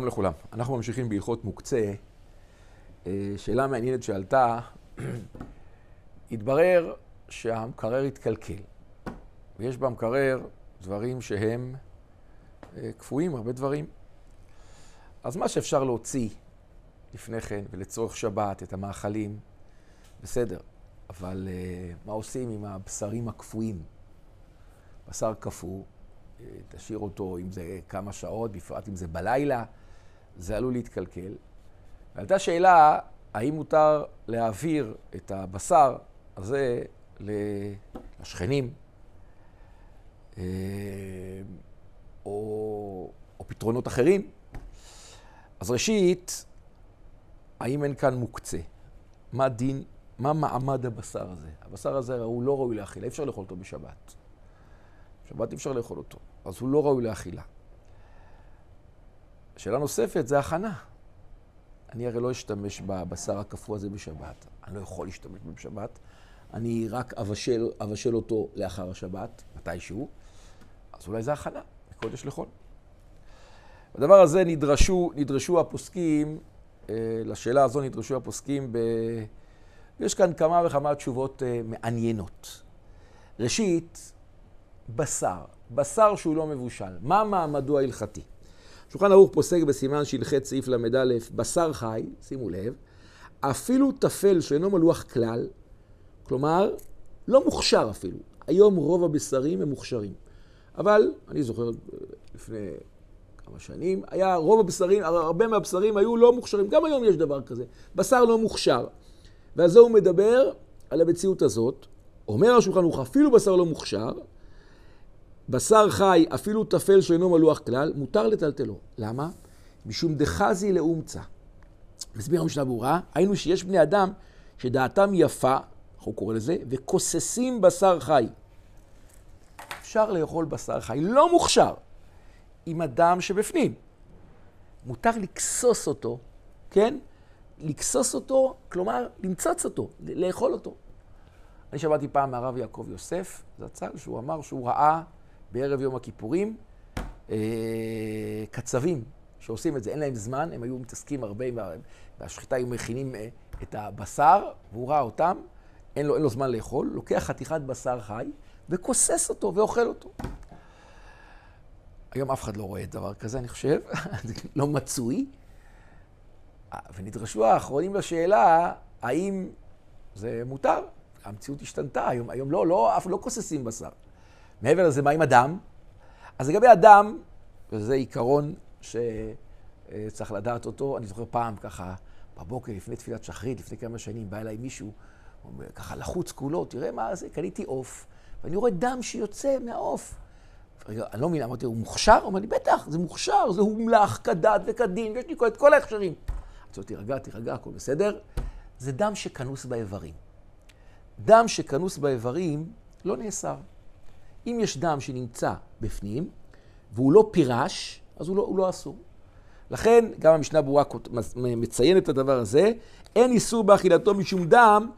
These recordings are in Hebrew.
לכולם. אנחנו ממשיכים בהלכות מוקצה. שאלה מעניינת שעלתה, התברר שהמקרר התקלקל. ויש במקרר דברים שהם קפואים, הרבה דברים. אז מה שאפשר להוציא לפני כן ולצורך שבת את המאכלים, בסדר. אבל מה עושים עם הבשרים הקפואים? בשר קפוא, תשאיר אותו אם זה כמה שעות, בפרט אם זה בלילה, זה עלול להתקלקל. ועלתה שאלה, האם מותר להעביר את הבשר הזה לשכנים, או פתרונות אחרים. אז ראשית, האם אין כאן מוקצה? מה דין, מה מעמד הבשר הזה? הבשר הזה הוא לא ראוי לאכילה, אי אפשר לאכול אותו בשבת. בשבת אי אפשר לאכול אותו, אז הוא לא ראוי לאכילה. שאלה נוספת זה הכנה. אני הרי לא אשתמש בבשר הקפוא הזה בשבת. אני לא יכול להשתמש בו בשבת. אני רק אבשל אותו לאחר השבת, מתישהו. אז אולי זה הכנה, מקודש לחול. בדבר הזה נדרשו הפוסקים, לשאלה הזו נדרשו הפוסקים יש כאן כמה וכמה תשובות מעניינות. ראשית, בשר שהוא לא מבושל. מה מעמדו ההלכתי? שולחן ערוך פוסק בסימן שהלכת סעיף למד א', בשר חי, שימו לב, אפילו תפל שאינו מלוח כלל, כלומר, לא מוכשר אפילו. היום רוב הבשרים הם מוכשרים. אבל, אני זוכר לפני כמה שנים, היה רוב הבשרים, הרבה מהבשרים היו לא מוכשרים. גם היום יש דבר כזה. בשר לא מוכשר. ואז הוא מדבר על המציאות הזאת. אומר השולחן ערוך, אפילו בשר לא מוכשר, בשר חי, אפילו תפל שאינו מלוח כלל, מותר לטלטלו. למה? משום דחזי לאומצה. מסביר המשנה ברורה, היינו שיש בני אדם שדעתם יפה, אנחנו קורא לזה, וכוססים בשר חי. אפשר לאכול בשר חי, לא מוכשר, עם הדם שבפנים. מותר לקסוס אותו, כן? לקסוס אותו, כלומר, למצוץ אותו, לאכול אותו. אני שמעתי פעם מהרב יעקב יוסף, זצ"ל, שהוא אמר שהוא ראה בערב יום הכיפורים קצבים שעושים את זה, אין להם זמן, הם היו מתעסקים הרבה, והשחיטה היו מכינים את הבשר, והוא ראה אותם, אין לו זמן לאכול, לוקח חתיכת בשר חי וכוסס אותו ואוכל אותו. היום אף אחד לא רואה את דבר כזה, אני חושב, זה לא מצוי. ונדרשו האחרונים לשאלה, האם זה מותר? המציאות השתנתה, היום אף לא כוססים בשר. מעבר לזה, מה עם אדם? אז לגבי אדם, וזה עיקרון שצריך לדעת אותו, אני זוכר פעם ככה, בבוקר לפני תפילת שחרית, לפני כמה שנים, בא אליי מישהו, ככה לחוץ כולו, תראה מה זה, קניתי עוף, ואני רואה דם שיוצא מהעוף. רגע, אני לא מבין, אמרתי, הוא מוכשר? הוא אומר לי, בטח, זה מוכשר, זה הומלח כדת וכדין, ויש לי את כל ההכשרים. אמרתי לו, תירגע, הכל בסדר. זה דם שכנוס באיברים. דם שכנוס באיברים לא נאסר. אם יש דם שנמצא בפנים, והוא לא פירש, אז הוא לא אסור. לכן, גם המשנה ברורה מציין את הדבר הזה, אין איסור באכילתו משום דם,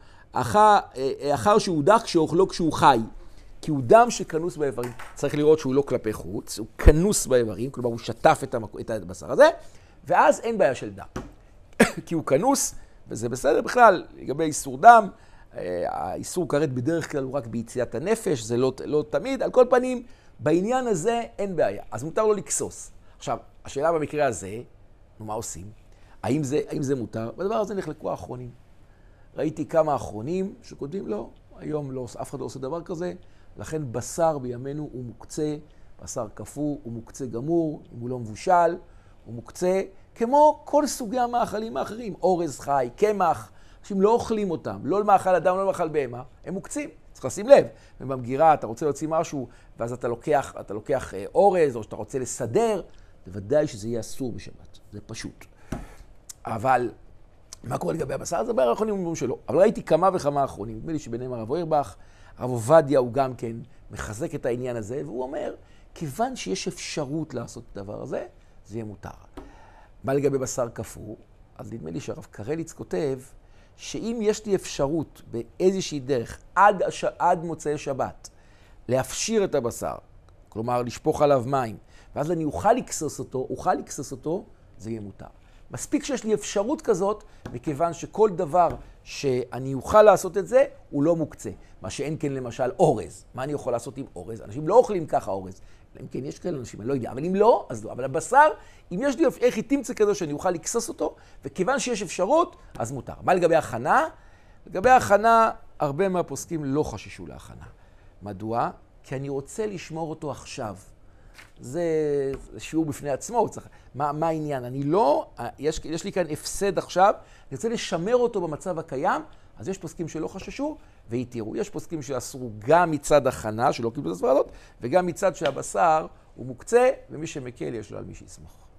אחר שהוא דח כשאוכלו כשהוא חי. כי הוא דם שכנוס באיברים. צריך לראות שהוא לא כלפי חוץ, הוא כנוס באיברים, כלומר הוא שטף את הבשר הזה, ואז אין בעיה של דם. כי הוא כנוס, וזה בסדר בכלל, לגבי איסור דם, האיסור כרת בדרך כלל הוא רק ביציאת הנפש, זה לא תמיד, על כל פנים, בעניין הזה אין בעיה. אז מותר לו לקסוס. עכשיו, השאלה במקרה הזה, מה עושים? האם זה מותר? בדבר הזה נחלקו האחרונים. ראיתי כמה האחרונים שכותבים לא, היום לא, אף אחד לא עושה דבר כזה, לכן בשר בימינו הוא מוקצה, בשר קפוא הוא מוקצה גמור, אם הוא לא מבושל, הוא מוקצה, כמו כל סוגי המאכלים האחרים, אורז חי, קמח, אנשים לא אוכלים אותם, לא למאכל אדם, לא למאכל בהמה, הם מוקצים. צריך לשים לב, ובמגירה אתה רוצה להוציא משהו, ואז אתה לוקח אורז, או שאתה רוצה לסדר, בוודאי שזה יהיה אסור בשבת, זה פשוט. אבל מה קורה לגבי הבשר? זה בערך האחרונים אומרים שלא. אבל ראיתי כמה וכמה האחרונים, נדמה לי שביניהם הרב אוירבך, הרב עובדיה הוא גם כן מחזק את העניין הזה, והוא אומר, כיוון שיש אפשרות לעשות את הדבר הזה, זה יהיה מותר. מה לגבי בשר קפוא? אז נדמה לי שהרב קרליץ כותב, שאם יש לי אפשרות באיזושהי דרך עד מוצאי שבת להפשיר את הבשר, כלומר לשפוך עליו מים, ואז אני אוכל לקסוס אותו, זה יהיה מותר. מספיק שיש לי אפשרות כזאת, מכיוון שכל דבר שאני אוכל לעשות את זה, הוא לא מוקצה. מה שאין כן למשל אורז. מה אני יכול לעשות עם אורז? אנשים לא אוכלים ככה אורז. אם כן, יש כאלה אנשים, אני לא יודע. אבל אם לא, אז לא. אבל הבשר, אם יש לי איך היא תמצא כזו שאני אוכל לקסוס אותו, וכיוון שיש אפשרות, אז מותר. מה לגבי הכנה? לגבי הכנה, הרבה מהפוסקים לא חששו להכנה. מדוע? כי אני רוצה לשמור אותו עכשיו. זה שיעור בפני עצמו. מה העניין? אני לא, יש לי כאן הפסד עכשיו, אני רוצה לשמר אותו במצב הקיים, אז יש פוסקים שלא חששו והתירו. יש פוסקים שאסרו גם מצד הכנה, שלא קיבלו את הסברה הזאת, וגם מצד שהבשר הוא מוקצה, ומי שמקל יש לו על מי שיסמוך.